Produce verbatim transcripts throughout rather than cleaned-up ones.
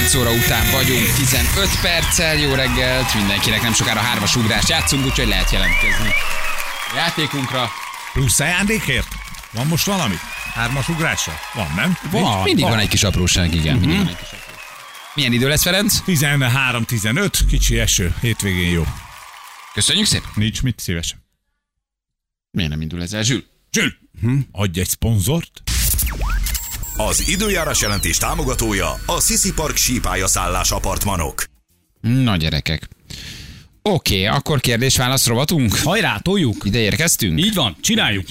nyolc óra után vagyunk, tizenöt perccel, jó reggelt, mindenkinek nem sokára hármas ugrást játszunk, úgyhogy lehet jelentkezni a játékunkra. Plusz ajándékért? Van most valami? Hármas ugrásra? Van, nem? Van, mindig van. van egy kis apróság, igen. Uh-huh. Mindig van egy kis apróság. Milyen idő lesz, Ferenc? tizenhárom tizenöt, kicsi eső, hétvégén jó. Köszönjük szépen. Nincs mit, szívesen. Miért nem indul ezzel, Zsül? Zsül, hm? Adj egy szponzort. Az időjárás jelentés támogatója a Sisi Park sípályaszállás apartmanok. Na gyerekek. Oké, okay, akkor kérdés-válasz rovatunk. Hajrá, toljuk. Ide érkeztünk. Így van, csináljuk.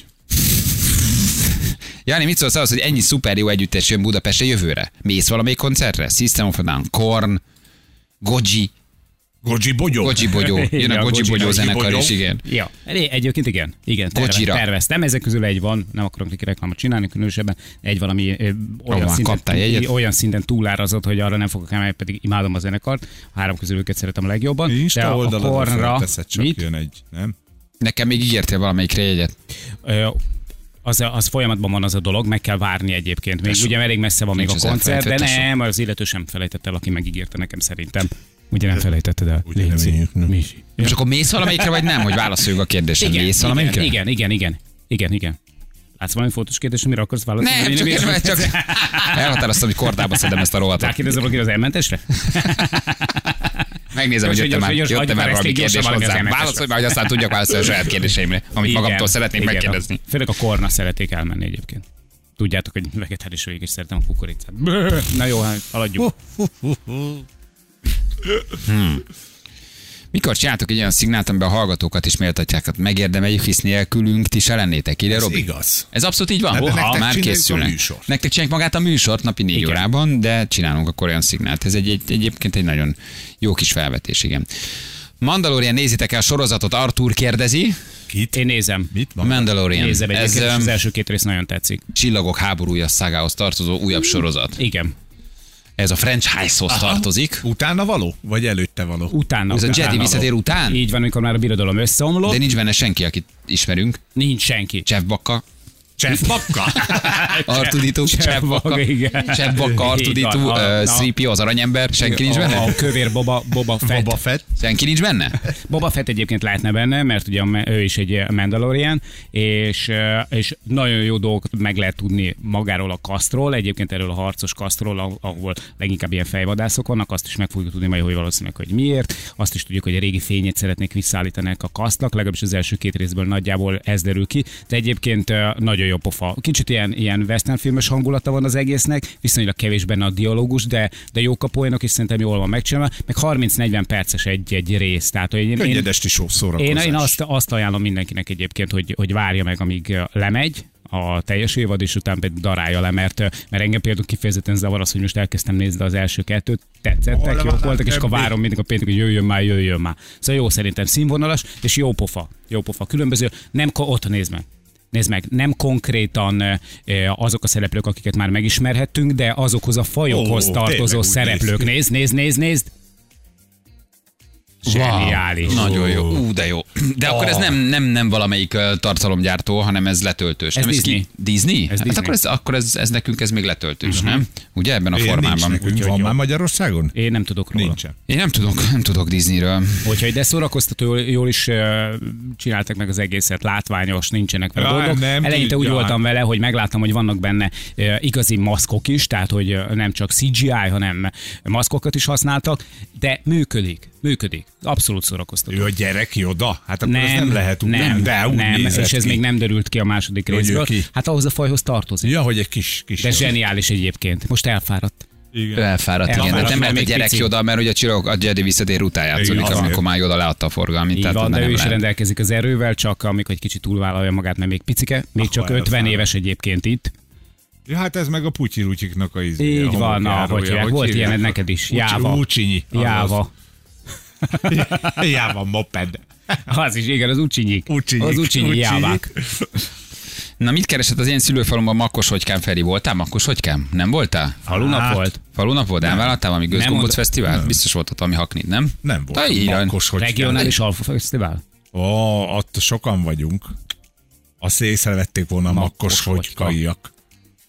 Jani, mit szólsz ahhoz, hogy ennyi szuper jó együttes jön Budapestre jövőre? Mész valamelyik koncertre? System of a Down, Korn, Gojji. Gojji Bogyó. Gojji Bogyó. Jön a Gojji Bogyó zenekar is, igen. Ja, egyébként igen. Igen, terve, terveztem. Ezek közül egy van, nem akarok neki reklámot csinálni, különösebben egy valami ö, olyan, oh, szinten, túl, olyan szinten túlárazott, hogy arra nem fogok emelni, pedig imádom a zenekart. A három közül őket szeretem a legjobban. Insta de a, a Kornra... csak mit? Jön egy, nem? Nekem még ígértél valamelyikre jegyet. Ö, Az, az folyamatban van az a dolog, meg kell várni egyébként. Még ugye elég messze van még a koncert, de nem, az illető sem felejtett el, aki megígérte nekem szerintem. Ugye nem felejtetted el? Ugye reméljük, nem. És akkor mész valamelyikre, vagy nem, hogy válaszoljuk a kérdésre? Igen, mész valamelyikre? Igen, igen, igen, igen, igen. Látsz valami fontos kérdés, amire akarsz válaszolni? Nem, csak, én, csak elhatároztam, hogy kordába szedem ezt a rovatot. Rákérdezem valaki az elmentesre? Megnézem, hogy jöttem már, jöttem már valami kérdés hozzám. Válaszolj már, hogy aztán tudjak válaszolni a saját kérdéseimre, amit igen, magamtól szeretnék igen, megkérdezni. Főleg a Korna szeretnék elmenni egyébként. Tudjátok, hogy vegetáris végig is szeretem a kukoricát. Na jó, haladjuk. Hmm. Mikor csináltok egy olyan szignált, amiben a hallgatókat is méltatják, megérdemeljük, hisz nélkülünk, ti se lennétek ide, ez Robi? Igaz. Ez abszolút így van. Oha, már készülnek. Nektek csináljuk magát a műsort napi négy igen. órában, de csinálunk akkor olyan szignált. Ez egy, egy, egyébként egy nagyon jó kis felvetés, igen. Mandalorian, nézitek el sorozatot, Artur kérdezi. Kit? Én nézem. Mit? Mandalorian. Nézem egyébként, ez, az első két rész nagyon tetszik. Csillagok háborúja szágához tartozó újabb sorozat. Igen. Ez a franchise-hoz tartozik. Utána való? Vagy előtte való? Utána. Ez a Jedi visszatér után? Így van, amikor már a birodalom összeomlott. De nincs benne senki, akit ismerünk. Nincs senki. Chef Bakka. Chef Bakka? Artuditu, Chef Bakka. Chef Bakka, Artuditu, three P O, az aranyember. Senki nincs benne? A kövér Boba, Boba Fett. Boba Fett. Senki nincs benne? Boba Fett egyébként lehetne benne, mert ugye ő is egy Mandalorian, és, és nagyon jó dolgokat meg lehet tudni magáról a kasztról, egyébként erről a harcos kasztról, ahol leginkább ilyen fejvadászok vannak, azt is meg fogjuk tudni majd, hogy valószínűleg, hogy miért. Azt is tudjuk, hogy a régi fényét szeretnék visszaállítani a kasztnak, legalábbis az első két részből nagyjából ez derül ki, de egyébként nagyon jó pofa. Kicsit ilyen, ilyen western filmes hangulata van az egésznek, viszonylag kevés benne a dialógus, de, de jó kapolynak, és szerintem jól van megcsinálva, meg harminc-negyven perces egy-egy rész. Tehát, hogy én, könnyedesti só szórakozás. Én, én azt, azt ajánlom mindenkinek egyébként, hogy, hogy várja meg, amíg lemegy a teljes évad, és utána pedig darálja le, mert, mert engem például kifejezetten zavar az, hogy most elkezdtem nézni az első kettőt, tetszettek, jók voltak, és akkor várom mindig a péntek, hogy jöjjön már, jöjjön már. Szóval jó, szerintem színvonalas, és jó pofa. Jó pofa. Különböző, nem, ott nézd meg. Nézd meg, nem konkrétan azok a szereplők, akiket már megismerhettünk, de azokhoz a fajokhoz oh, tartozó szereplők. Nézd, nézd, nézd, nézd! Zseniális. Wow, nagyon jó. Ú, de jó. De oh. akkor ez nem, nem, nem valamelyik tartalomgyártó, hanem ez letöltős. Ez nem Disney. Ez ki? Disney? Ez hát Disney. akkor, ez, akkor ez, ez nekünk ez még letöltős, uh-huh. nem? Ugye ebben a Én formában. Nincs, van már Magyarországon? Én nem tudok róla. Nincsen. Én nem tudok, nem tudok Disneyről. Hogyha ide szórakoztató, jól, jól is uh, csináltak meg az egészet, látványos, nincsenek vele dolgok. Eleinte úgy voltam vele, hogy megláttam, hogy vannak benne uh, igazi maszkok is, tehát hogy uh, nem csak C G I, hanem maszkokat is használtak, de működik. Működik. Abszolút szórakoztató. Ő a gyerek Joda? Hát akkor nem, ez nem lehet úgy. Nem, de úgy nem és ez ki. még nem derült ki a második részből. Hát ahhoz a fajhoz tartozik. Ja, hogy egy kis... kis de zseniális egyébként. Most elfáradt. Igen. Ő elfáradt, igen. De nem lehet a gyerek Joda, mert ugye a csillagok a Jedi visszatér után játszódik, amikor már Joda leadta a forgalmit. Így van, de ő is rendelkezik az erővel, csak amikor egy kicsit túlvállalja magát, mert még picike, még akkor csak ötven éves egyébként itt. Ja, hát ez meg a putyirutyiknak a izé. Így van, ahogy volt ilyen neked is. Jáva. Ucsinyi. Jáva. Jáva moped. Az is, igen, az ucsinyik. Az ucsinyi jávák. Na mit keresett az én szülőfalomban Makos-Hogykán, Feri? Voltál Makos-Hogykán? Nem voltál? Falunap hát, volt. Falunap volt? Elvállaltál valami Gőzgombóc fesztivál? Nem. Biztos volt ott valami haknit, nem? Nem volt. Makos-Hogykán. Regionális Alfa Fesztivál? Ó, ott sokan vagyunk. Azt észrevették volna a Makos-Hogykaiak.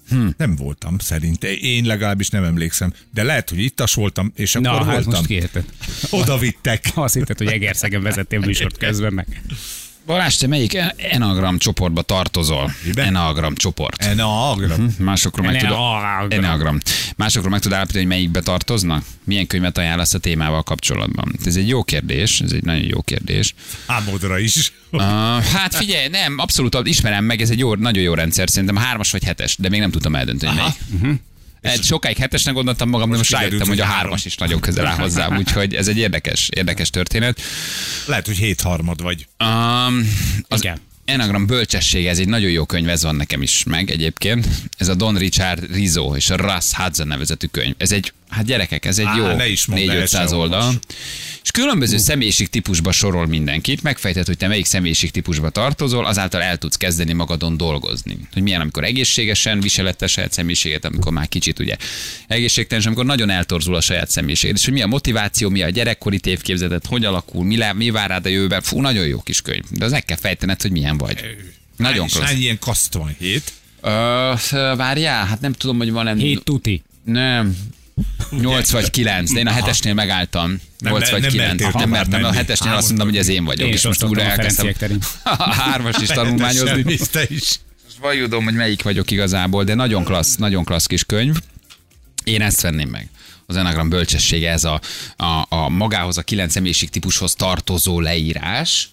Hm. Nem voltam szerintem. Én legalábbis nem emlékszem. De lehet, hogy ittas voltam, és akkor Na, voltam. hát most kiérted. Oda vittek. Azt hitted, hogy Egerszegen vezettél műsort közben meg. Balázs, te melyik enagram csoportba tartozol? Enagram csoport. Enagram. Uh-huh. Másokról meg tud Enagram. Másokról meg tud állapítani, hogy melyikbe tartoznak? Milyen könyvet ajánlasz a témával kapcsolatban? Ez egy jó kérdés, ez egy nagyon jó kérdés. Ámodra is. Uh, hát figyelj, nem, abszolút ismerem meg, ez egy jó, nagyon jó rendszer, szerintem hármas vagy hetes, de még nem tudtam eldönteni, melyik. Uh-huh. Egy sokáig hetesnek gondoltam magam, de most rájöttem, hogy a hármas is nagyon közel áll hozzám, úgyhogy ez egy érdekes, érdekes történet. Lehet, hogy hétharmad vagy. Um, az Igen. Enagram bölcsessége, ez egy nagyon jó könyv, ez van nekem is meg egyébként. Ez a Don Richard Rizzo és a Russ Hudson nevezetű könyv. Ez egy, hát gyerekek, ez egy Á, jó négy-ötszáz oldal. És különböző személyiségtípusba sorol mindenkit, megfejtett, hogy te melyik személyiségtípusba tartozol, azáltal el tudsz kezdeni magadon dolgozni. Hogy milyen, amikor egészségesen viseled a saját személyiséget, amikor már kicsit ugye egészségtelen, és amikor nagyon eltorzul a saját személyiséged. És hogy mi a motiváció, mi a gyerekkori tévképzeted, hogy alakul, mi, lá, mi vár rád a jövőben. Fú, nagyon jó kis könyv. De az meg kell fejtened, hogy milyen vagy. Nagyon klassz. Hány ilyen kaszt van? Hét? Ö, várjál, hát nem tudom, hogy van-e. Hét tuti. Nem. Nyolc vagy kilenc, de én a hetesnél megálltam. Nyolc vagy kilenc. Nem mertem, a hetesnél azt mondtam, hogy ez én vagyok. Én és most újra elkezdtem a hármas is tanulmányozni. Te is. Most vajudom, hogy melyik vagyok igazából, de nagyon klassz, nagyon klassz kis könyv. Én ezt venném meg. Az Enagram bölcsessége, ez a, a, a magához, a kilenc személyiségtípushoz tartozó leírás,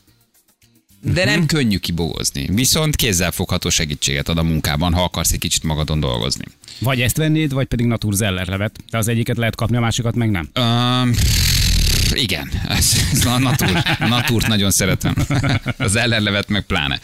de nem könnyű kibogozni. Viszont kézzelfogható segítséget ad a munkában, ha akarsz egy kicsit magadon dolgozni. Vagy ezt vennéd, vagy pedig Natur Zeller levet. De az egyiket lehet kapni, a másikat meg nem. Um, igen, ez, ez a natur, natúrt nagyon szeretem. Az ellenlevet meg pláne.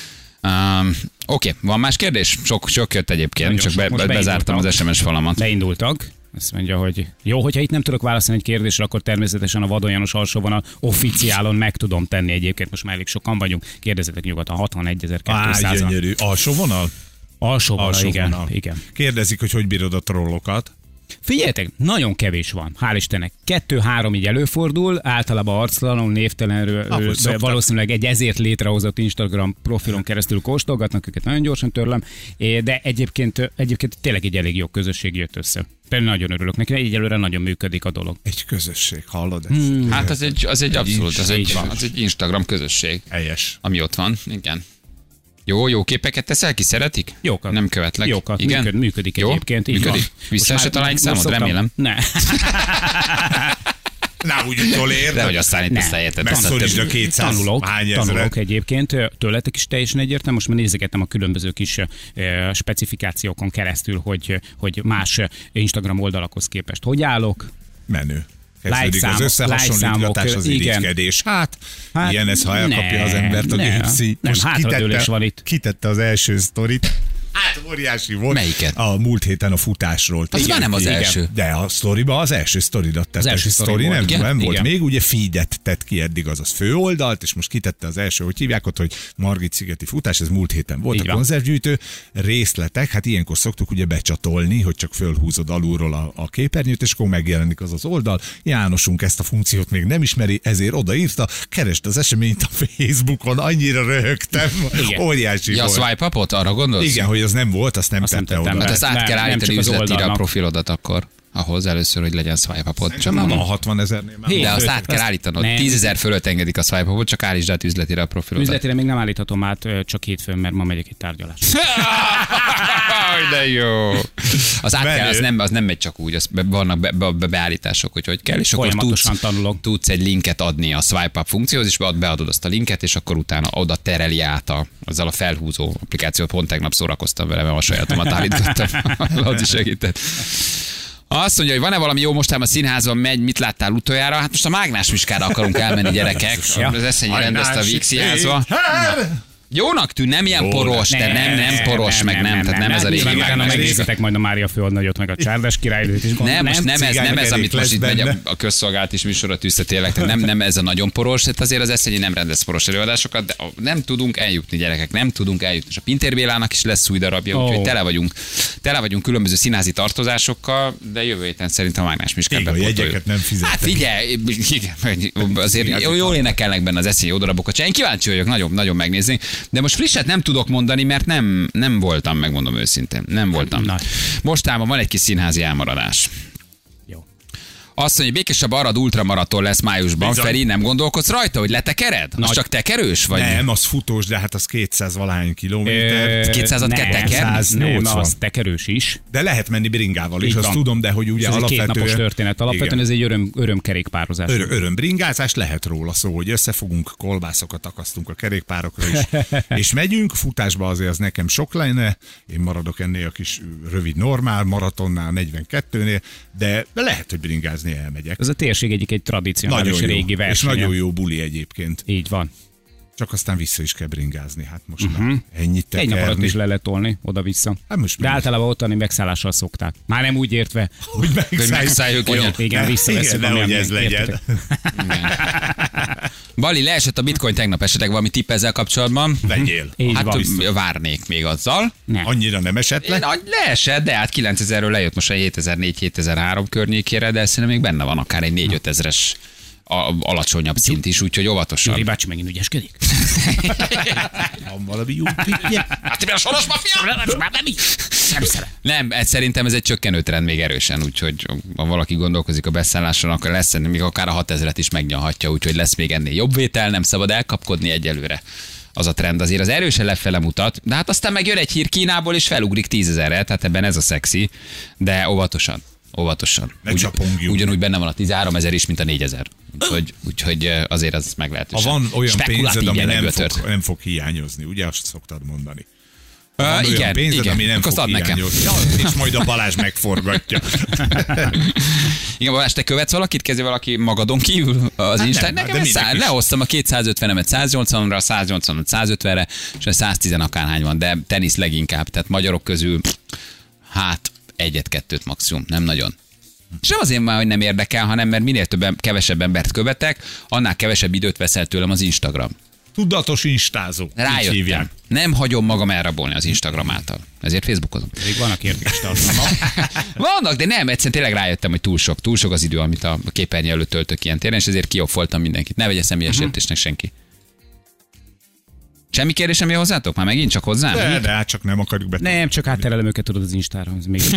Um, Oké, okay. Van más kérdés? Sok, sok jött egyébként, nagyon csak be, be, bezártam az es em es falamat. Beindultak. Azt mondja, hogy jó, hogyha itt nem tudok válaszolni egy kérdésre, akkor természetesen a Vadon János alsóvonal officiálon meg tudom tenni egyébként. Most már elég sokan vagyunk. Kérdezzetek nyugodtan, hatvanegyezer-kétszáz. Á, gyönyörű. Alsóvonal? Alsóvonal, Alsó igen, vonal. igen. Kérdezik, hogy hogy bírod a trollokat. Figyeljetek, nagyon kevés van, hál' Istennek. Kettő-három így előfordul, általában arctalanul, névtelenről, ah, valószínűleg egy ezért létrehozott Instagram profilon keresztül kóstolgatnak, őket nagyon gyorsan törlöm, de egyébként, egyébként tényleg egy elég jó közösség jött össze. Például nagyon örülök neki, egyelőre nagyon működik a dolog. Egy közösség, hallod ezt? Hmm. Hát az egy, az egy abszolút, az egy, az egy Instagram közösség. Helyes. Ami ott van, igen. Jó, jó képeket teszel, ki szeretik? Jókat. Nem követlek. Jókat, igen? Működ, működik jó? Egyébként. Működik. Vissza se találjuk számot, remélem. Ne. Na, úgy jól ér. De hogy aztán itt összeérted. Megszorítsd a kétszáz. Tanulok, Hány tanulok egyébként. Tőletek is teljesen egyértelmű. Most már nézegettem a különböző kis specifikációkon keresztül, hogy, hogy más Instagram oldalakhoz képest hogy állok. Menő. Kezdődik az összehasonlítgatás, az irigykedés. Hát, hát, ilyen ez, ha elkapja ne, az embert a gépszi. Nem, hátradőlés van itt. Kitette az első sztorit. Hát óriási volt. Melyiket? A múlt héten a futásról. Az már nem az igen. első. De a sztoriba az első sztoridat tett. Az első sztori nem, volt. nem volt. Igen. Még ugye feedet tett ki eddig, azaz főoldalt, és most kitette az első, hogy hívják ott, hogy Margit szigeti futás, ez múlt héten volt. Így a van. Konzervgyűjtő részletek, hát ilyenkor szoktuk ugye becsatolni, hogy csak fölhúzod alulról a, a képernyőt, és akkor megjelenik az az oldal. Jánosunk ezt a funkciót még nem ismeri, ezért odaírta, keresd az eseményt a Facebookon, annyira röhögtem. Igen. Óriási ja, volt. A swipe upot, arra gondolsz? Igen, hogy az nem volt, azt nem azt tette oda. Hát azt át nem, kell állítani üzletire a profilodat akkor. Ahhoz először, hogy legyen swipe upot. Csak nem a hatvan ezernél már. De azt át kell állítanod. tízezer fölött engedik a swipe upot, csak állítsd át üzletire a profilodat. Üzletire még nem állíthatom át, csak hétfőn, mert ma megyek egy tárgyalásra. De jó. Az át kell, az nem, az nem megy csak úgy, az be, vannak be, be, be, beállítások, hogy hogy kell, és akkor tudsz, tudsz egy linket adni a swipe up funkcióhoz, és beadod azt a linket, és akkor utána oda tereli át a, azzal a felhúzó applikációt. Pont tegnap szórakoztam vele, mert a sajátomat állítottam. Laci segített. Azt mondja, hogy van-e valami jó mostában a színházban megy, mit láttál utoljára? Hát most a Mágnás Miskára akarunk elmenni, gyerekek. Az Eszenyi rendezte a Víg Színházba. Jónak tűn, nem ilyen poros, de nem, nem poros, meg nem, tehát nem ez a régi Mágnás. Megnézzetek majd a Mária Főadnagyot, meg a Csárdás királynőt is. Nem, most nem ez, nem ez, amit most itt megy a közszolgált is műsorra tűzte tényleg, tehát nem, nem ez a nagyon poros, tehát azért az Eszenyi nem rendez poros előadásokat, de nem tudunk eljutni, gyerekek, nem tudunk eljutni. És a Pintér Bélának is lesz új darabja, úgyhogy oh. tele vagyunk, tele vagyunk különböző színházi tartozásokkal, de jövő héten szerintem a Mágnás Miskát bepótoljuk. Hát figyelj, azért jól énekelnek benne az Eszenyi jó darabokat, én kíváncsi vagyok nagyon, nagyon megnézni. De most frisset nem tudok mondani, mert nem, nem voltam, megmondom őszintén. Nem voltam. Na. Mostában van egy kis színházi elmaradás. Azt mondja, hogy Békésebb Arad ultramaraton lesz májusban. Bizony. Feri, nem gondolkodsz rajta, hogy letekered? Az csak tekerős vagy? Nem, az futós, de hát az kétszáz valahány kilométer. kétszázat kell teker? Nem, az tekerős is. De lehet menni bringával is, azt tudom, de hogy ugye ez alapvetően... Ez egy kétnapos történet. Alapvetően igen. Ez egy öröm, örömkerékpározás. Ör, örömbringázás, lehet róla szó, hogy összefogunk, kolbászokat akasztunk a kerékpárokra is, és megyünk. Futásba azért az nekem sok lenne, én maradok ennél a kis rövid normál maratonnál, negyvenkettőnél, de, de lehet, hogy bringázni elmegyek. Ez a térség egyik egy tradicionális régi verseny. És nagyon jó buli egyébként. Így van. Csak aztán vissza is kell bringázni. Hát most uh-huh. nem. Ennyit tekerni. Egy nap alatt is le lehet tolni, oda-vissza. Hát most de általában ottani megszállással szokták. Már nem úgy értve, hogy megszálljuk. Igen, igen, visszaveszünk. Igen, hogy ez legyen. Bali, leesett a bitcoin tegnap, esetleg valami tipp ezzel kapcsolatban? Vegyél. Hát van. Várnék még azzal. Nem. Annyira nem esett le? Én, leesett, de hát kilencezerről lejött most a hétezer-négy-hétezer-három környékére, de szerintem még benne van akár egy négy-öt ezeres a alacsonyabb szint is, úgyhogy óvatosan. Gyuri bácsi megint ügyeskedik. Van valami jó pikje. Hát te a soros mafia? Nem, ez szerintem ez egy csökkenő trend még erősen, úgyhogy ha valaki gondolkozik a beszálláson, akkor lesz, még akár a hatezret is megnyalhatja, úgyhogy lesz még ennél jobb vétel, nem szabad elkapkodni egyelőre. Az a trend azért az erősen lefele mutat, de hát aztán megjön egy hír Kínából, és felugrik tízezerre, tehát ebben ez a szexi, de óvatosan. Óvatosan. Ugy, ugyanúgy benne van a tizenhárom ezer is, mint a négyezer. Úgyhogy, úgyhogy azért az meglehetősen. Ha van olyan pénzed, ami nem fog, nem fog hiányozni, ugye azt szoktad mondani? Ha van uh, olyan igen, pénzed, igen. ami nem Akkor fog hiányozni. Ja, és majd a Balázs megforgatja. Igen, Balázs, te követsz valakit, kezdje valaki magadon kívül az hát Instán? Nekem szá- lehoztam a kétszázötvenemet száznyolcvanra, a száznyolcvanat százötvenre, és a száztíz akárhány van, de tenisz leginkább, tehát magyarok közül hát egyet-kettőt maximum, nem nagyon. És nem azért már, hogy nem érdekel, hanem mert minél több, kevesebb embert követek, annál kevesebb időt veszel tőlem az Instagram. Tudatos instázó. Rájöttem. Nem hagyom magam elrabolni az Instagram által. Ezért Facebookozom. Még vannak érdekes tartalmak. Vannak, de nem, egyszerűen tényleg rájöttem, hogy túl sok, túl sok az idő, amit a képernyő előtt töltök ilyen téren, és ezért kioffoltam mindenkit. Ne vegye személyes uh-huh. értésnek senki. Semmi kérdésem jön hozzátok? Már megint csak hozzám? De, de hát csak nem akarjuk betenni. Nem, csak átterelem őket tudod az Instára. Ez még...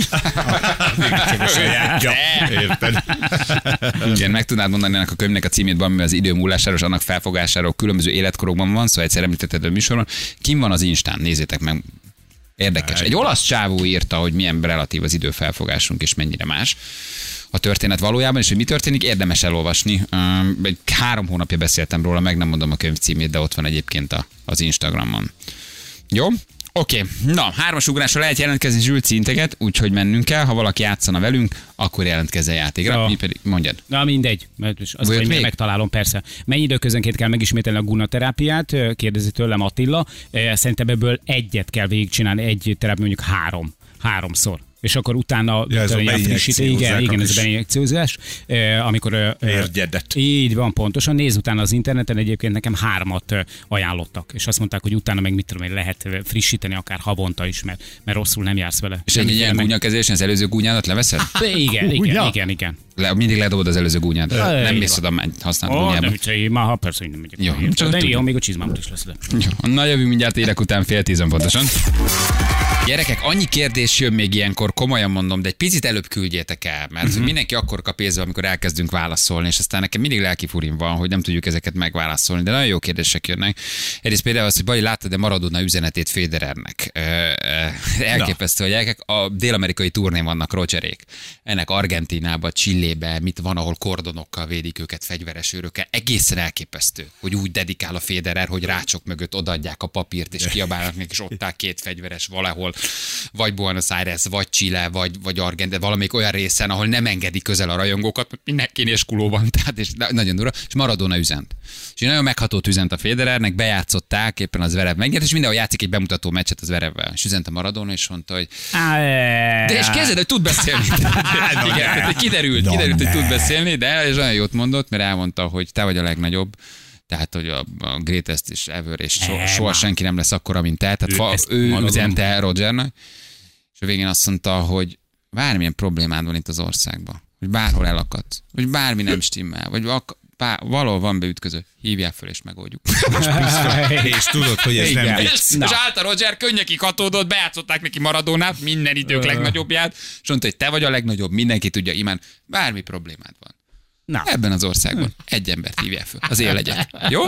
ja, érted. Igen, meg tudnád mondani ennek a könyvnek a címét, ami az idő múlásáról, annak felfogásáról különböző életkorokban van, szóval egyszer említetted a műsorban. Kim van az Instán? Nézzétek meg. Érdekes. Egy olasz csávó írta, hogy milyen relatív az időfelfogásunk és mennyire más a történet valójában, és hogy mi történik, érdemes elolvasni. Egy három hónapja beszéltem róla, meg nem mondom a könyv címét, de ott van egyébként a, az Instagramon. Jó? Oké, okay. Na, hármas ugrásra lehet jelentkezni Zsülci integet, úgyhogy mennünk kell. Ha valaki játszana velünk, akkor jelentkezzen játékra. Ja. Mi pedig, mondjad. Na mindegy, mert azt hogy még megtalálom, persze. Mennyi időközönként kell megismételni a gunaterápiát? Kérdezi tőlem Attila. Szerintem ebből egyet kell végigcsinálni, egy terápia mondjuk három. Háromszor. És akkor utána ja, ez a frissítés, igen, igen, ez a beinjekciózás, amikor érgyedet. Így van, pontosan. Nézz utána az interneten, egyébként nekem hármat ajánlottak, és azt mondták, hogy utána meg mit tudom, hogy lehet frissíteni akár havonta is, mert, mert rosszul nem jársz vele. És egy ilyen gúnyakezésen az előző gúnyádat leveszed? Igen, igen, igen, igen. Le, mindig ledobod az előző gúnyádat. Ja, nem mész oda használni oh, gúnyába. Nem, már ha persze, hogy nem megyek. Jó, csak de jó, még a csizmámot is lesz. Jó, na jövünk mindjárt érek után fél tízen pontosan. Gyerekek, annyi kérdés jön még ilyenkor, komolyan mondom, de egy picit előbb küldjétek el, mert uh-huh. mindenki akkor kap észbe, amikor elkezdünk válaszolni, és aztán nekem mindig lelkifurim van, hogy nem tudjuk ezeket megválaszolni, de nagyon jó kérdések jönnek. Egyrészt például az, hogy Bali, láttad-e Maradona üzenetét Federernek? Elképesztő, hogy gyerekek, a dél-amerikai turnén vannak Rogerék. Ennek Argentínába, Csillébe, mit van, ahol kordonokkal védik őket, fegyveres őrökkel. Egészen elképesztő, hogy úgy dedikál a Federer, hogy rácsok mögött odaadják a papírt, és kiabálnak még, és ott áll két fegyveres valahol, vagy Buenos Aires, vagy Chile, vagy, vagy Argentina, valamelyik olyan részen, ahol nem engedi közel a rajongókat, mert mindenki eskuló van, tehát és nagyon durva, és Maradona üzent. És nagyon meghatót üzent a Federernek, bejátszották, éppen az Zverev megnyert, és mindenhol játszik egy bemutató meccset az Zverevvel. És üzent a Maradona, és mondta, hogy de és kezded, hogy tud beszélni. Igen, kiderült, kiderült, hogy tud beszélni, de és olyan jót mondott, mert elmondta, hogy te vagy a legnagyobb. Tehát, hogy a, a greatest is ever, és so, soha senki nem lesz akkora, mint te. Tehát ő, fa, ő üzente Rogernek, és a végén azt mondta, hogy bármilyen problémád van itt az országban, hogy bárhol elakadsz, hogy bármi nem stimmel, vagy ak- pá, valahol van beütköző. Hívjál föl és megoldjuk. És tudod, hogy ez nem vicc. És, és állt a Roger, könnyekig hatódott, bejátszották neki Maradónát, minden idők legnagyobbját, és mondta, hogy te vagy a legnagyobb, mindenki tudja, imán, bármi problémád van. Na. Ebben az országban egy embert hívjál föl, az én legyek. Jó?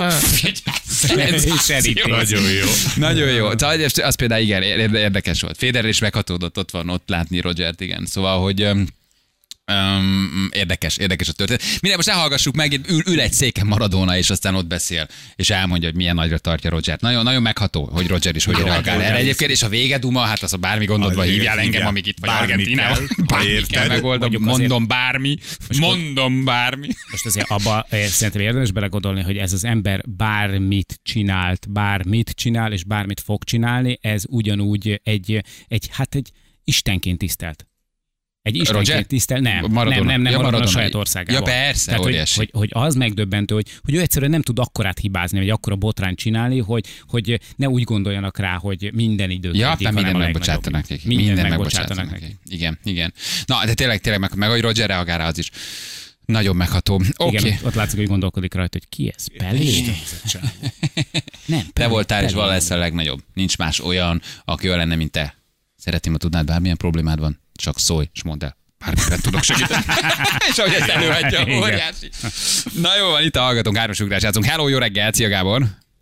Nagyon jó. Nagyon jó. Az például igen, érdekes volt. Federer is meghatódott, ott van, ott látni Rogert, igen. Szóval, hogy... Um, érdekes, érdekes a történet. Minden, most elhallgassuk meg, ül, ül egy széken Maradona, és aztán ott beszél, és elmondja, hogy milyen nagyra tartja Rogert. Nagyon, nagyon megható, hogy Roger is hogy reagál erre. Egyébként, és a vége duma, hát az a bármi gondodva hívjál engem, amíg itt vagy Argentinában. Bármi kell megoldom, mondom bármi, mondom bármi. Most azért abba szerintem érdemes belegondolni, hogy ez az ember bármit csinált, bármit csinál, és bármit fog csinálni, ez ugyanúgy egy, egy hát egy istenként tisztelt. Egy istenként tisztel, nem, Maradona. nem, nem, nem ja, Maradona a saját országában. Ja persze, tehát, hogy, hogy, hogy az megdöbbentő, hogy, hogy ő egyszerűen nem tud akkorát hibázni, vagy akkora botrányt csinálni, hogy, hogy ne úgy gondoljanak rá, hogy minden idők ja, egyik, minden megbocsátanak neki. Minden, minden megbocsátanak neki. Igen, igen. Na, de tényleg, tényleg, meg, meg hogy Roger reagál rá, az is nagyon megható. Okay. Igen, ott látszik, hogy gondolkodik rajta, hogy ki ez? Pelé? Nem, te voltál, és vala lesz a legnagyobb. Nincs más olyan, aki olyan lenne, mint te. Szeretném, ha tudnád, bármilyen problémád van. Csak szólj, és mondd el. Bármiben tudok segíteni. És ahogy ezt előadja, óriási. Na jó van, itt a hallgatónk, hármas ugrás játszunk. Hello, jó reggel, szia Gábor.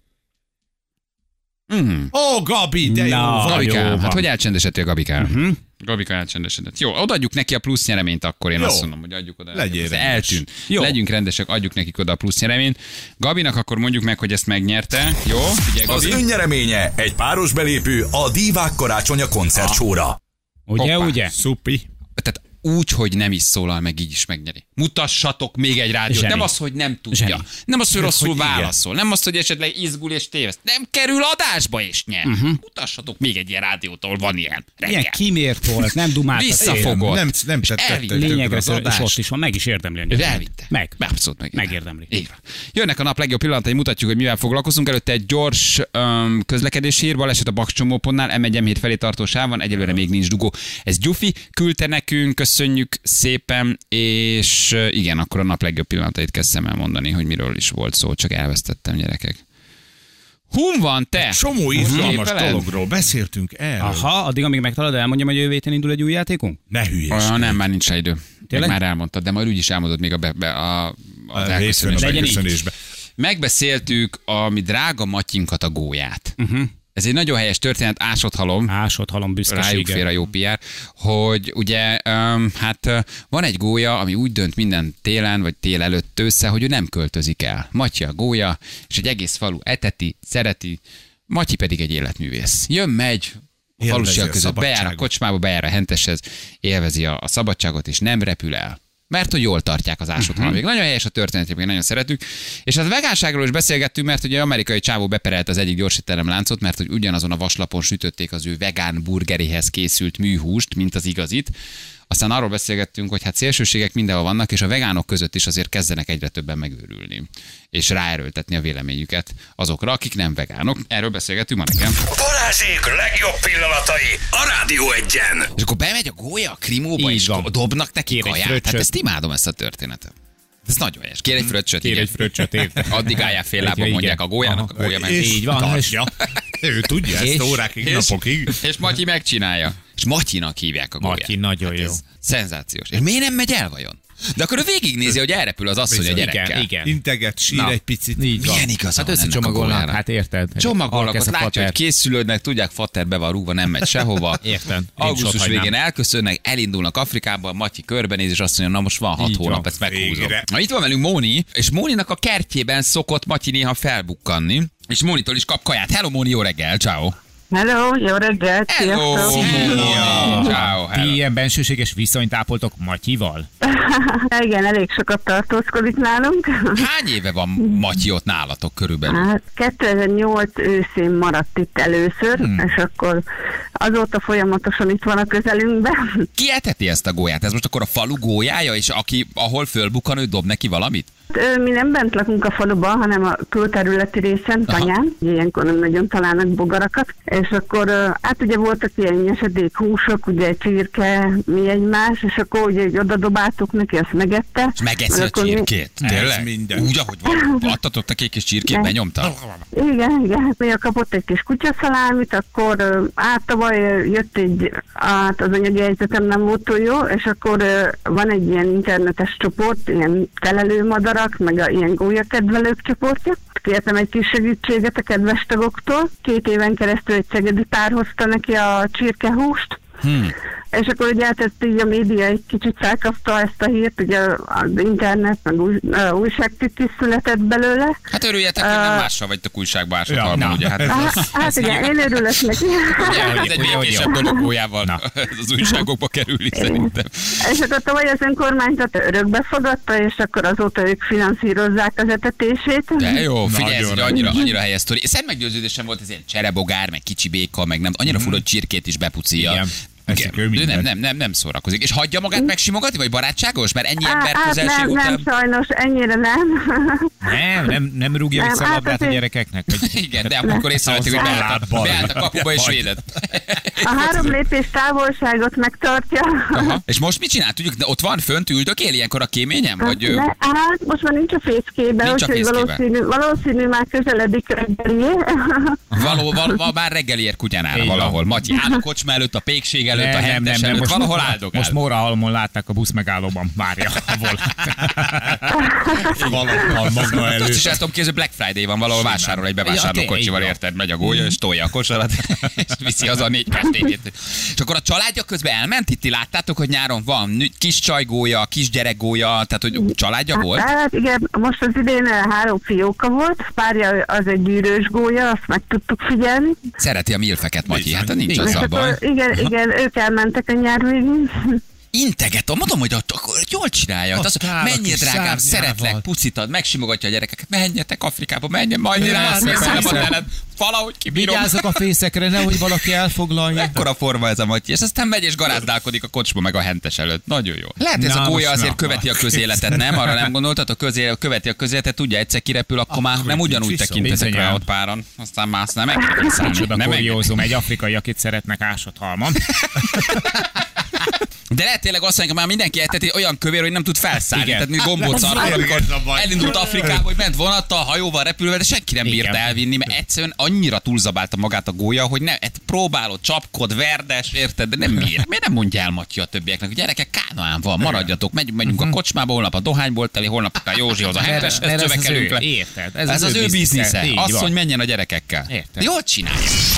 Ó, mm. oh, Gabi, de jó. No, Gabikám, hát hogy elcsendesedtél, Gabikám? Uh-huh. Gabika elcsendesedett. Jó, odaadjuk neki a plusz nyereményt, akkor én jó. Azt mondom, hogy adjuk oda. Legyél eltűnt. Jó. Legyünk rendesek, adjuk nekik oda a plusz nyereményt. Gabinak akkor mondjuk meg, hogy ezt megnyerte. Jó, figyelj, Gabi. Az önnyereménye egy páros belépő a Divák karácsonya koncertsóra. Ugye, Hoppá. ugye? Szupi. Tehát úgy, hogy nem is szólal meg, így is megnyeri. Mutassatok még egy rádiót. Zseni. Nem az, hogy nem tudja. Zseni. Nem az, hogy de rosszul hogy válaszol. Igen. Nem az, hogy esetleg izgul és téveszt. Nem kerül adásba és nyer. Uh-huh. Mutassatok még egy ilyen rádiót, ahol van ilyen. Reggel. Ilyen kimért volt, nem dumáltat. Visszafogott. Nem, nem tette lényegre az és ott is van, meg is érdemli a nyereményt. Elvitte. Meg. Abszolút meg. Megérdemli. Így van. Jönnek a nap legjobb pillanatai, mutatjuk, hogy mivel foglalkozunk. Előtte egy gyors um, közlekedési hír, baleset a Baks csomópontnál, em egy em hét felé tartó sávon, egyelőre még nincs dugó. Ez Gyufi küldte nekünk, köszönjük szépen, és igen, akkor a nap legjobb pillanatait kezdtem el mondani, hogy miről is volt szó, csak elvesztettem, gyerekek. Hun van te? Csomó izgalmas dologról beszéltünk erről. Aha, addig, amíg megtalad, elmondjam, hogy jövő héten indul egy új játékunk? Ne hülyeskedj. Ah, nem, már nincs rá idő. Meg már elmondtad, de majd úgyis elmondod még a, be, be, a, a, a elköszönésbe. Megbeszéltük a mi drága Matyinkat, a gólyát. Uh-huh. Ez egy nagyon helyes történet, ásodhalom. Ásodhalom büszkesége. Rájuk fér a jó pé er, hogy ugye um, hát uh, van egy gólya, ami úgy dönt minden télen, vagy tél előtt össze, hogy ő nem költözik el. Matyi a gólya, és egy egész falu eteti, szereti, Matyi pedig egy életművész. Jön, megy, a falusiak között, bejár a kocsmába, bejár a henteshez, élvezi a, a szabadságot, és nem repül el. Mert hogy jól tartják az ásodhalomig. Uh-huh. Nagyon helyes a történet, nagyon szeretük. És az vegánságról is beszélgettünk, mert ugye amerikai csávó beperelt az egyik gyorsítelem láncot, mert hogy ugyanazon a vaslapon sütötték az ő vegán burgerihez készült műhúst, mint az igazit. Aztán arról beszélgettünk, hogy hát szélsőségek mindenhol vannak, és a vegánok között is azért kezdenek egyre többen megőrülni, és ráerőltetni a véleményüket azokra, akik nem vegánok. Erről beszélgettünk ma nekem. Balázsék legjobb pillanatai a Rádió egyen. És akkor bemegy a gólya a krimóba, így és van. Dobnak neki kaját. Hát ezt imádom, ezt a történetet. Ez nagyon helyes. Kér egy fröccsöt. Kér egy fröccsöt, érte. Addig álljál fél lábon, mondják a gólyának, a gólya meg. Így van. Tartja. Ő tudja ezt órákig, és, napokig. És Matyi megcsinálja. És Matyinak hívják a gólyát. Matyi nagyon hát jó. Szenzációs. És miért nem megy el vajon? De akkor ő végignézi, hogy elrepül az asszony a gyerekkel. Igen, igen. Integet, sír Na, egy picit. Milyen igaza hát összecsomagolnak, hát érted. Csomagolnak, ott látja, hogy készülődnek, tudják, fater be van rúgva, nem megy sehova. Értem. Augusztus végén elköszönnek, elindulnak Afrikába, Matyi körbenéz, és azt mondja, na most van hat így hónap, van. Ezt meghúzom. Na, itt van velünk Móni, és Móninak a kertjében szokott Matyi néha felbukkanni, és Mónitól is kap kaját. Hello Móni, jó reggel, ciao. Hello, jó reggelt, hello, hello. Ciao, hello. Ti ilyen bensőséges viszonyt ápoltok Matyival? Igen, elég sokat tartózkodik nálunk. Hány éve van Matyi ott nálatok körülbelül? Hát kétezer-nyolc őszén maradt itt először, hmm. és akkor azóta folyamatosan itt van a közelünkben. Ki eteti ezt a gólyát? Ez most akkor a falu gólyája, és aki, ahol fölbukkan, ő dob neki valamit? ö, mi nem bent lakunk a faluban, hanem a külterületi részen, Tanyán. Ilyenkor nem nagyon találnak bogarakat. És akkor ö, hát ugye voltak ilyen nyesedék húsok, ugye csirke, mi egymás, és akkor ugye oda dobáltuk neki, azt megette. És megeszi a csirkét? Tényleg? Úgy, ahogy van, adtatott a kék és csirkét, benyomta? Igen, igen, hát még kapott egy kis kutyaszalámit, akkor ö, hát tavaly jött egy, hát az anyagi helyzetem nem volt túl jó, és akkor ö, van egy ilyen internetes csoport, ilyen telelőmadarak, meg a ilyen gólyakedvelők csoportja. Kértem egy kis segítséget a kedves tagoktól. Két éven keresztül egy szegedi pár hozta neki a csirkehúst. Hmm. És akkor ugye hát ezt így a média egy kicsit felkapta ezt a hírt, ugye az internet, meg új, uh, újságcikk is született belőle. Hát örüljetek, hogy uh, nem mással vagytok újságba ásathalban, ugye? Hát, hát, hát igen, én örülök neki. Ez egy békésebb dolog gólyával az újságokba kerülik szerintem. És akkor tavaly az önkormányzat örökbe fogadta, és akkor azóta ők finanszírozzák az etetését. De jó, figyelj, ez annyira, annyira helyes sztori. Szent meggyőződésem volt, ez ilyen cserebogár, meg kicsi béka, meg nem, annyira fura, hogy csirkét is bepucíja. Ő nem, nem, nem, nem szórakozik. És hagyja magát megsimogatni, vagy barátságos? Mert ennyi ember közelség nem, után... Nem, sajnos, ennyire nem. Nem, nem, nem rúgja vissza a labdát a gyerekeknek? Hogy... Igen, de akkor észrevették, hogy beállt a, beállt a kapuba és védett. A három lépés távolságot megtartja. Aha. És most mit csinál? Tudjuk, de ott van fönt, üldökél ilyenkor a kéményen? Vagy... Ne, hát most már nincs a fészkében, úgyhogy valószínű, valószínű már közeledik reggelié. Való, való, már reggeliért kutyánára valahol. Matyi áll a kocsma előtt, a pékség előtt, nem, a hentes előtt, most, valahol áldogál. Most Mórahalmon látták a buszmegállóban, várja a volt. Valahol maga előtt. Azt is el tudom képzelni, Black Friday van, valahol vásárol egy bevásárlókocsival, érted? Megy a gólya, és tolja a kosarat, és viszi haza a négy kástékét. És akkor a családja közben elment, itt ti láttátok, hogy nyáron van kis csajgólya, kis gyerekgólya, tehát hogy családja volt? Hát igen, most az idén három fióka volt, párja az egy gyűrős gólya, azt meg tudtuk figyelni. Szereti a milfeket, Matyi, hát nincs az a baj. Igen, igen, ők elmentek a nyár végén. Integet, mondom, hogy ott, akkor jól csinálja. Az, menjél, drágám, szeretlek, pucitad, megsimogatja a gyerekeket, menjetek Afrikába, menjen, majd rász, valahogy kibírom. Vigyázzak a fészekre, nehogy valaki elfoglalja. Ekkora forma ez a Matyi, és aztán megy és garázdálkodik a kocsma meg a hentes előtt. Nagyon jó. Lehet, ez a gólya azért követi a közéletet, nem? Arra nem gondoltad, a közélet, követi a közéletet, tudja, egyszer kirepül, akkor már nem ugyanúgy tekintezek rá ott páran. Aztán mász, nem engedek szállni. Nem kuriózum, egy afrikai, akit szeretnek ásott halmon. De lehet tényleg azt mondja, már mindenki eteti olyan kövér, hogy nem tud felszállni. Igen. Tehát mint gombóccal, amikor elindult Afrikába, hogy ment vonattal, hajóval, repülve, de senki nem bírta elvinni, mert egyszerűen annyira túlzabálta magát a gólya, hogy nem, próbálod, csapkod, verdes, érted, de nem miért. Miért nem mondja el Matyi a többieknek, hogy gyerekek, Kánaán van, maradjatok, megyünk, megyünk a kocsmába, holnap a dohányból teli, holnap a Józsihoz a hentes, ezt csövekelünk le. Érted? Ez, ez az, az ő biznisze. Az, hogy menjen a gyerekekkel. Érted. Jól csinálja.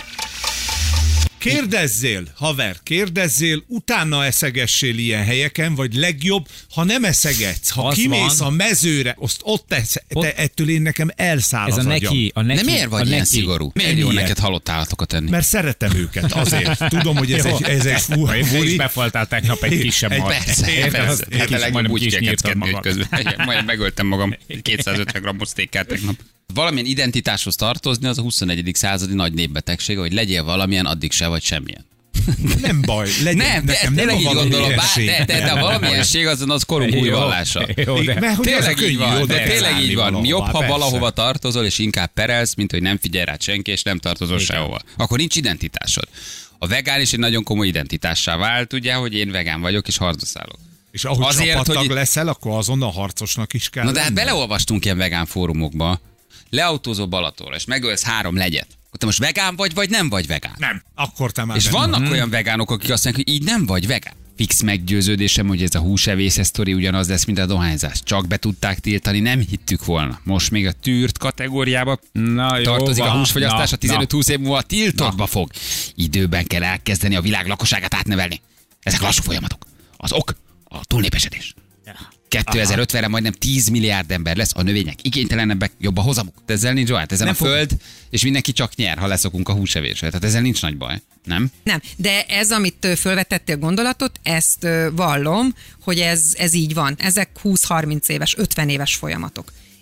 Kérdezzél, haver, kérdezzél, utána eszegessél ilyen helyeken, vagy legjobb, ha nem eszegetsz, ha az kimész van. a mezőre, azt ott esz, te, ettől én nekem elszáll ez az a agyam. neki, a neki, de miért vagy a ilyen neki. szigorú? Miért jó neked halott állatokat enni? Mert szeretem őket, azért. Tudom, hogy ez egy, ez egy fú, Te is befaltál tegnap egy kisebb Egy- marhát. Persze, Érted? persze. Hát a legjobb úgy kis nyírtad kekeckedni magad. közben. Majd megöltem magam kétszázötven grammos sztékkel tegnap. Valamilyen identitáshoz tartozni az a huszonegyedik századi nagy népbetegség, hogy legyél valamilyen, addig se vagy semmilyen. Nem baj, legyen Nem, de nekem tényleg nem így a gondolom, bár, valamilyenség. de, de, de a valamilyenség azon az korunk új Jó, vallása. jó, de- Mert hogy az a Tényleg könnyű így van, oda de tényleg szállni így van. valahová, Jobb, ha persze. valahova tartozol, és inkább perelsz, mint hogy nem figyelj rád senki, és nem tartozol Igen. sehova. Akkor nincs identitásod. A vegán is egy nagyon komoly identitássá vált, ugye, hogy én vegán vagyok, és harcba szállok. És ahogy Azért, csapattag hogy- leszel, akkor azonnal harcosnak is kell Na de hát lenned. beleolvastunk ilyen vegán fórumokba, leautózol Balatonra, és megölsz három legyet. Akkor te most vegán vagy, vagy nem vagy vegán? Nem, akkor te már És nem. vannak olyan vegánok, akik azt mondják, hogy így nem vagy vegán. Fix meggyőződésem, hogy ez a húsevész sztori ugyanaz lesz, mint a dohányzás. Csak be tudták tiltani, nem hittük volna. Most még a tűrt kategóriába Na, jó, tartozik a van. húsfogyasztás, Na, a tizenöt-húsz év múlva tiltottba fog. Időben kell elkezdeni a világ lakosságát átnevelni. Ezek lassú folyamatok. Az ok a túlnépesedés. kétezer-ötvenre majdnem tíz milliárd ember lesz, a növények igénytelenebbek, jobb a hozamuk. De ezzel nincs baj. Hát ezen Nem a fog- föld, és mindenki csak nyer, ha leszokunk a húsevésre. Tehát ezzel nincs nagy baj. Nem? Nem, de ez, amit ö, fölvetettél gondolatot, ezt ö, vallom, hogy ez, ez így van. Ezek húsz-harminc éves, ötven éves folyamatok.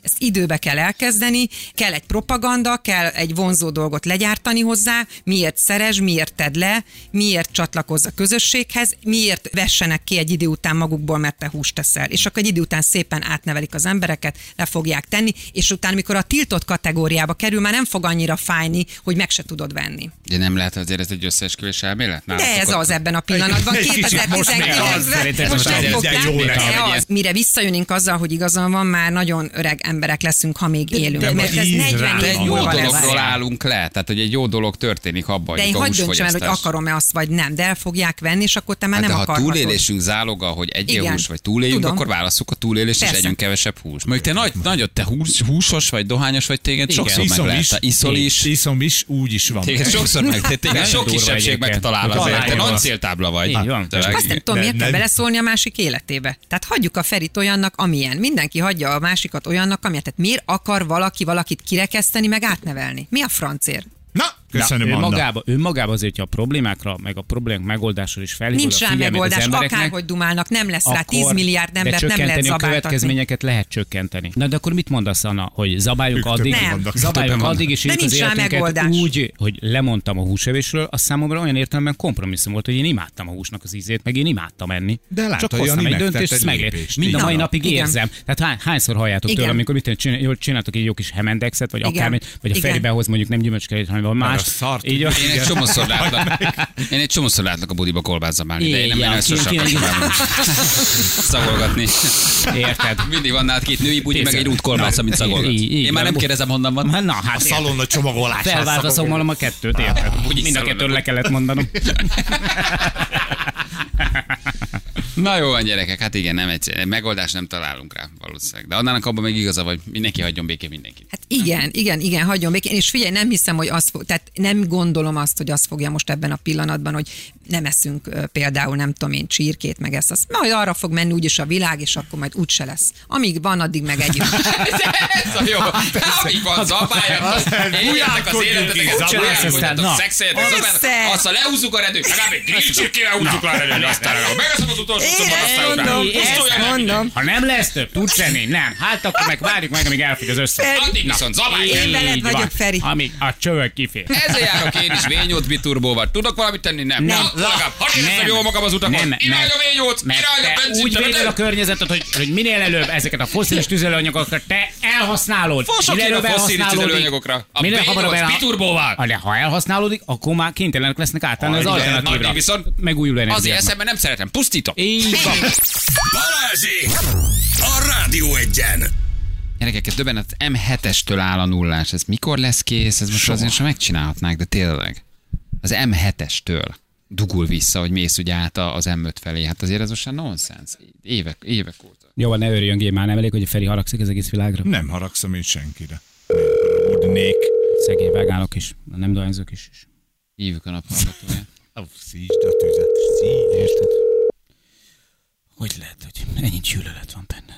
Ezt időbe kell elkezdeni, kell egy propaganda, kell egy vonzó dolgot legyártani hozzá, miért szeres, miért tedd le, miért csatlakozz a közösséghez, miért vessenek ki egy idő után magukból, mert te húst teszel. És akkor egy idő után szépen átnevelik az embereket, le fogják tenni, és utána, amikor a tiltott kategóriába kerül, már nem fog annyira fájni, hogy meg se tudod venni. De nem lehet azért ez egy összeesküvés elmélet? De ez az ebben a pillanatban. kétezer-tizenkilencben most nem fogják. Mire visszajönünk azzal, hogy igazán van, már nagyon öreg emberek leszünk, ha még élünk. De, de mert ez negyven év jó múlva dologról lesz. állunk le, tehát hogy egy jó dolog történik abban, de hogy én a hagyd döntsem el, hogy húsfogyasztás. akarom-e azt, vagy nem, de el fogják venni, és akkor te már Hát nem de ha akarhatod. túlélésünk záloga, hogy egy Igen. hús vagy túléljünk, Tudom. akkor válasszuk a túlélést, és Persze. együnk kevesebb hús. Mondjuk te nagy, nagyot, te hús, húsos vagy, dohányos vagy, téged Igen. sokszor meg Iszom lehet. is, Te iszol is. Iszom is, úgy is van. Téged sokszor meg, te- téged Nagyon sok durva kisebbség egyébként. megtalál azért. Te Találja nagy van. céltábla vagy. Így van. Tényleg. Azt nem tudom, De miért kell nem- beleszólni a másik életébe. Tehát hagyjuk a Ferit olyannak, amilyen. Mindenki hagyja a másikat olyannak, amilyen. Tehát miért akar valaki valakit kirekeszteni, meg átnevelni? Mi a francér? Na, köszönöm, ő Anna. magába, ő magába azért, hogy a problémákra, meg a problémák megoldásra is felhívod Nincs a rá figyelmét megoldás, az embereknek, akárhogy dumálnak, nem lesz rá. tíz akkor- milliárd de embert nem lehet csökkenteni a zabáltatni. következményeket lehet csökkenteni. Na de akkor mit mondasz, Anna, hogy zabáljuk Ők addig, többen Nem. vannak. zabáljuk Többen addig, és De éljük az nincs rá életünket megoldás. úgy, hogy lemondtam a húsevésről, az számomra olyan értelemben kompromisszum volt, hogy én imádtam a húsnak az ízét, meg én imádtam enni. De látod, Csak hoztam Jani egy döntést, megtett ezt egy meglép. lépést. Mind a mai Igen. napig Igen. érzem. Tehát hány, hányszor halljátok Igen. tőle, amikor mit csinál- jól csináltok egy jó kis hemendexet, vagy Igen. akármit, vagy a Igen. Feribe hoz mondjuk nem gyümölcskerét, hanem valami más. a szart. Így van. Én egy csomószor látlak, én egy csomószor látlak a budiba kolbászt zabálni, de én nem, én Igen, ezt sosem ki- ki- akarom szagolgatni. Érted? Mindig van nálad két női budi, meg egy rútkolbász, amit szagolgat. Így- így Én már van. nem kérdezem, honnan van. Na, hát A szalonna csomagolás. felváltozom valami a kettőt, érted? úgyis Mind a szalonna. kettőt le kellett mondanom. Na jó van, gyerekek, hát igen, nem egy megoldást nem találunk rá valószínűleg. De annának abban még igaza, vagy mindenki hagyjon békén mindenkit. Hát igen, igen, igen, hagyjon békén. És figyelj, nem hiszem, hogy az fog, tehát nem gondolom azt, hogy az fogja most ebben a pillanatban, hogy nem eszünk ö, például, nem tudom én, csirkét, meg ezt, azt. Majd arra fog menni úgyis a világ, és akkor majd úgyse lesz. Amíg van, addig meg együtt. Ez a jó. Amíg van, zabáljatok. Éljetek az életeteket, Úgyse lesz aztán, na. csináljátok, szexeljetek, zabáljatok. Persze. Aztán lehúzzuk a redőt, legalább egy grill csirkével húzzuk le a redőt, aztán megeszem az utolsó Én szombat, ezt aztán utána. mondom, Pusztuljon ezt el mindenki. mondom. Ha nem lesz több, tudsz enni? Nem. Hát akkor meg várjuk meg, amíg elfogy az összes. Addig viszont zabálj. Én veled Így vagyok, van. Feri. Amíg a csövök kifér. Ezzel járok én is vé nyolc biturbóval. Tudok valamit tenni? Nem. Nem. Na, legalább, hadd érezzem Nem. jól magam az utakon. Nem, Irány mert- a vé nyolc, Mert irány a te úgy véded a benzinteretet. környezetet, hogy, hogy minél előbb ezeket a fosszilis tüzelőanyagokat te elhasználod. Fosok Minél én a előbb fosszilis elhasználódik- tüzelőanyagokra. A minél vé hamarabb nyolc el- biturbóval. Ah, de ha elhasználódik, akkor már kénytelenek lesznek átállni az Ah, igen, alternatívra. addig viszont Megújuló Azért energiáknak. eszemben nem szeretem. Pusztítok. Így van. Balázsék! A Rádió Egyen! Gyerekek, ez döbbenet, em hetestől áll a nullás. Ez mikor lesz kész? Ez most azért sem megcsinálhatnák, de tényleg. Az em hetestől dugul vissza, hogy mész ugye át az em öt felé. Hát azért ez most már nonsens. Évek, évek óta. Jó, van, ne örüljön, már nem elég, hogy a Feri haragszik az egész világra. Nem haragszom én senkire. Udnék. Szegény vegánok is, a nem dohányzók is. is. Hívjuk a naphallgatóját. Ó, szítsd a tüzet, szítsd. Érted? Hogy lehet, hogy ennyi gyűlölet van benned?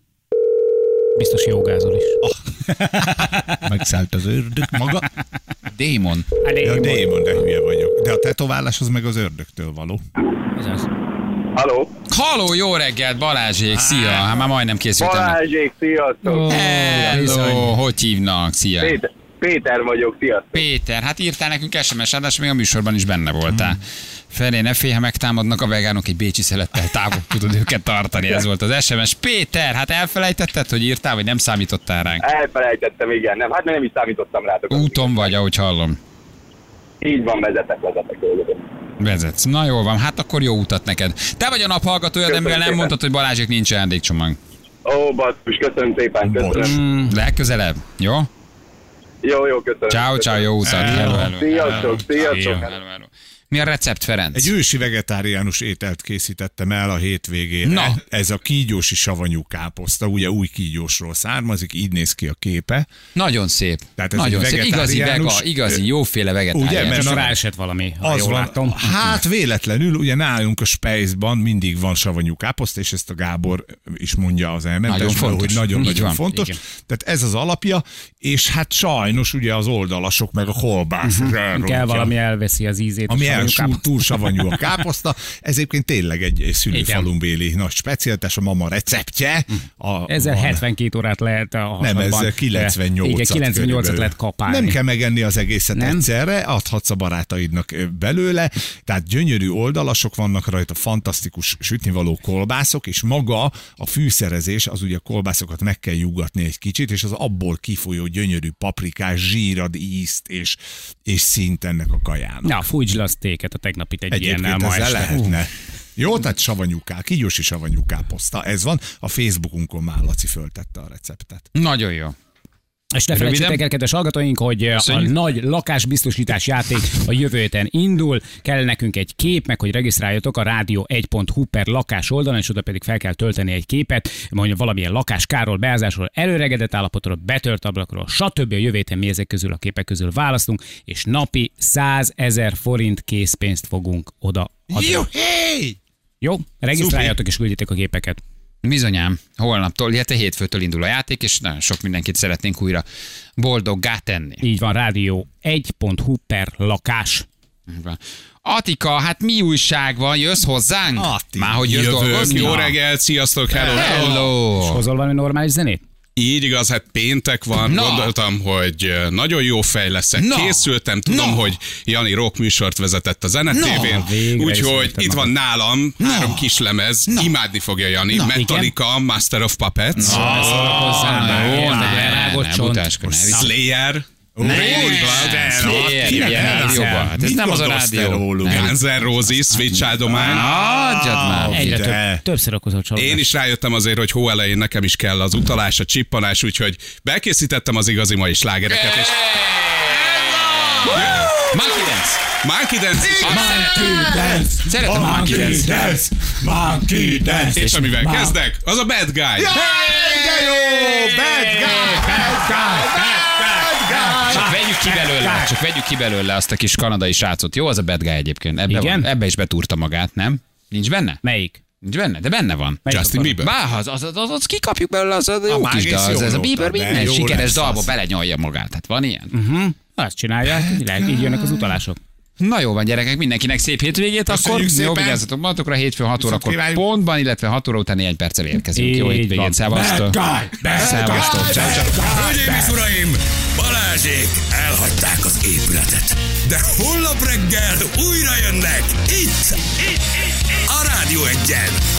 Biztos jogázol is. Megszállt az ördög maga. Démon. Ja, a démon, de hülye vagyok. De a tetoválás az meg az ördögtől való. Ez az. Halló? Halló, jó reggelt, Balázsék, szia. Hát már majdnem készültem. Balázsék, sziasztok! Hello, hogy hívnak? Szia. Péter, Péter vagyok, sziasztok! Péter, hát írtál nekünk es em es adást, még a műsorban is benne voltál. Felé, ne félj, ha megtámadnak a vegánok, egy bécsi szelettel távol tudod őket tartani, ez volt az es em es. Péter, hát elfelejtetted, hogy írtál, vagy nem számítottál ránk? Elfelejtettem, igen, nem, hát nem is számítottam rátok. Úton vagy, ahogy hallom. Így van, vezetek, vezetek, vezetek. Vezetsz. Na jól van, hát akkor jó utat neked. Te vagy a naphallgatója, de Köszönöm mivel nem szépen. mondtad, hogy Balázsék nincs ajándékcsomag. Ó, basszus, köszönöm szépen, köszönöm. Legközelebb, jó? Jó, jó, köszönöm. Ciao, ciao, jó utat. Hello, hello. Sziasztok, sziasztok. Hello, hello. Mi a recept, Ferenc? Egy ősi vegetáriánus ételt készítettem el a hétvégére. Na. Ez a kígyósi savanyú káposzta, ugye új kígyósról származik, így néz ki a képe. Nagyon szép. Tehát ez Nagyon egy szép. Igazi vegetáriánus- vega, igazi, jóféle Ugye, vegetáriánus. mert Most a- ráesett valami, ha Az jól van. látom. Hát véletlenül, ugye nálunk a Spejzban mindig van savanyú káposzta, és ezt a Gábor is mondja az Nagyon elmentésben, fontos. hogy Így nagyon-nagyon van. fontos. Igen. Tehát ez az alapja, és hát sajnos ugye az oldalasok meg a kolbász. Kell valami elveszi az ízét. Ami a olyan súr, túl savanyú a káposzta. Ez egyébként tényleg egy szülőfalumbéli nagy specialitás, a mama receptje. A, ezzel hetvenkét órát lehet a nem, ezzel kilencvennyolcat. Igen, kilencvennyolcat lehet kapálni. Nem kell megenni az egészet nem? egyszerre, adhatsz a barátaidnak belőle, tehát gyönyörű oldalasok vannak rajta, fantasztikus sütnivaló kolbászok, és maga a fűszerezés, az ugye a kolbászokat meg kell júgatni egy kicsit, és az abból kifolyó gyönyörű paprikás zsír ad ízt és, és színt ennek a kajának. Na, fújtsd le a sztéket a tegnapit egy ilyennel ma este. Lehetne. Uh. Jó, tehát savanyú ká, kígyósi savanyú káposzta. Ez van, a Facebookunkon már Laci föltette a receptet. Nagyon jó. És ne felejtsétek el, kedves hallgatóink, hogy Köszönjük. A nagy lakásbiztosítás játék a jövő héten indul. Kell nekünk egy kép, meg hogy regisztráljatok a rádió egy pont hu per lakás oldalon, és oda pedig fel kell tölteni egy képet, mondjuk valamilyen lakáskárról, beázásról, előregedett állapotról, betört ablakról, stb. A jövő héten mi ezek közül a képek közül választunk, és napi százezer forint készpénzt fogunk oda adni. Jó, hey! Jó, regisztráljatok és küldjétek a képeket. Bizonyám, holnaptól, illetve hétfőtől indul a játék, és nagyon sok mindenkit szeretnénk újra boldoggá tenni. Így van, rádió egy pont hu per lakás. Atika, hát mi újság van? Jössz hozzánk? Ati, már hogy jössz dolgozni? Jó reggelt, sziasztok, hello, hello. hello. És hozol valami normális zenét? Így igaz, hát péntek van, Na. gondoltam, hogy nagyon jó fej leszek, Na. készültem, tudom, Na. hogy Jani rock műsort vezetett a Zene té vén, úgyhogy itt van nálam Na. három kislemez, Na. imádni fogja Jani, Na. Metallica, Master of Puppets, Slayer, Ez nem az a rádió. Guns N' Roses, Sweet Child O' Mine. Adjad már. Egyre több, többször okozol csalódást. Én is rájöttem azért, hogy hó elején nekem is kell az utalás, a csippanás, úgyhogy bekészítettem az igazi mai slágereket. És... Monkey Dance. Monkey Dance. Monkey Dance. Szeretem a Monkey Dance. Monkey Dance. És amivel kezdek, az a Bad Guy. Jaj, de jó! Bad guy! Bad guy! Csak vegyük ki belőle, csak vegyük ki belőle azt a kis kanadai srácot. Jó, az a Bad Guy egyébként. Ebbe, Igen? van, ebbe is betúrta magát, nem? Nincs benne? Melyik? Nincs benne, de benne van. Justin Bieber. Bá, az, az, az, az kikapjuk belőle, az a jó A kis dal. Mágész Ez jó a Bieber voltam, minden de jó sikeres lesz dalba az. belenyalja magát. Hát van ilyen? Uh-huh. Azt csinálják, így, így jönnek az utalások. Na jó van, gyerekek, mindenkinek szép hétvégét, akkor Köszönjük jó szépen. vigyázzatok magatokra, hétfő hat órakor kívánjuk. pontban, illetve hat óra után néhány perccel érkezünk. Jó Így hétvégét, van. szevasztok! Szevasztok, ciao, ciao. Hölgyeim és uraim, Balázsék elhagyták az épületet. De holnap reggel újra jönnek itt, itt, itt, itt a Rádió Egyen.